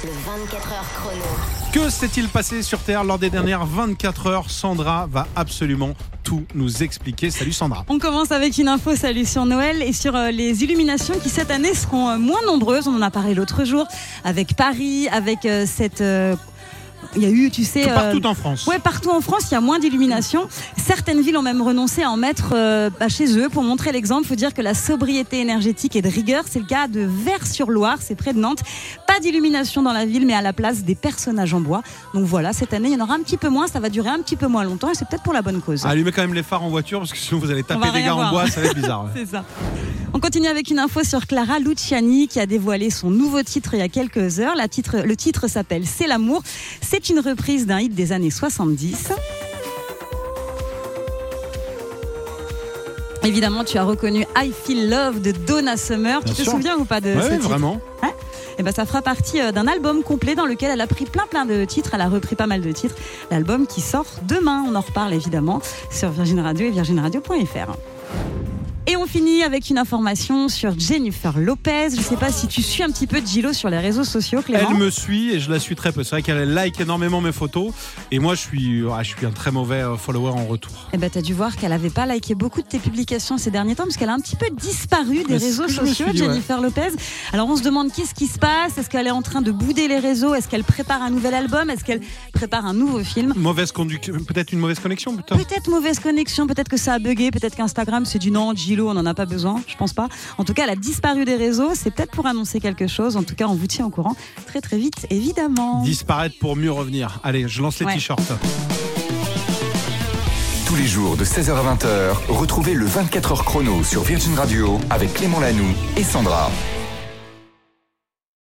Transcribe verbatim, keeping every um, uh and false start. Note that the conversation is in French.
Le vingt-quatre heures chrono. Que s'est-il passé sur Terre lors des dernières vingt-quatre heures? Sandra va absolument tout nous expliquer. Salut Sandra. On commence avec une info, salut, sur Noël et sur euh, les illuminations qui cette année seront euh, moins nombreuses. On en a parlé l'autre jour avec Paris, avec euh, cette... Euh, Il y a eu, tu sais... Tout partout euh, en France. Ouais, partout en France, il y a moins d'illumination. Certaines villes ont même renoncé à en mettre euh, bah, chez eux. Pour montrer l'exemple, il faut dire que la sobriété énergétique et de rigueur, c'est le cas de Vers-sur-Loire, c'est près de Nantes. Pas d'illumination dans la ville, mais à la place des personnages en bois. Donc voilà, cette année, il y en aura un petit peu moins, ça va durer un petit peu moins longtemps et c'est peut-être pour la bonne cause. Allumez quand même les phares en voiture parce que sinon vous allez taper des gars en bois, ça va être bizarre. Ouais. C'est ça. On continue avec une info sur Clara Luciani qui a dévoilé son nouveau titre il y a quelques heures. La titre, le titre s'appelle C'est l'amour. C'est une reprise d'un hit des années soixante-dix. Évidemment, tu as reconnu I Feel Love de Donna Summer. Bien tu te sûr. souviens ou pas de Ouais, ce titre? vraiment. Ouais. Et ben, ça fera partie d'un album complet dans lequel elle a pris plein plein de titres. Elle a repris pas mal de titres. L'album qui sort demain. On en reparle évidemment sur Virgin Radio et virgin radio point f r. Et on finit avec une information sur Jennifer Lopez. Je ne sais pas si tu suis un petit peu Gillo sur les réseaux sociaux, Clément. Elle me suit et je la suis très peu. C'est vrai qu'elle like énormément mes photos et moi je suis, ouais, je suis un très mauvais follower en retour. Eh ben, t'as dû voir qu'elle n'avait pas liké beaucoup de tes publications ces derniers temps parce qu'elle a un petit peu disparu des Mais c'est réseaux ce que je me sociaux, suis dit, ouais. Jennifer Lopez. Alors on se demande qu'est-ce qui se passe. Est-ce qu'elle est en train de bouder les réseaux? Est-ce qu'elle prépare un nouvel album? Est-ce qu'elle prépare un nouveau film? Mauvaise conduction, peut-être une mauvaise connexion putain. Peut-être mauvaise connexion, peut-être que ça a bugué, peut-être qu'Instagram s'est dit non, Gillo, on n'en a pas besoin. Je pense pas. En tout cas, elle a disparu des réseaux. C'est peut-être pour annoncer quelque chose. En tout cas, on vous tient au courant très très vite, évidemment. Disparaître pour mieux revenir. Allez, je lance les Ouais. t-shirts. Tous les jours de seize heures à vingt heures, retrouvez le vingt-quatre heures chrono sur Virgin Radio avec Clément Lanoux et Sandra.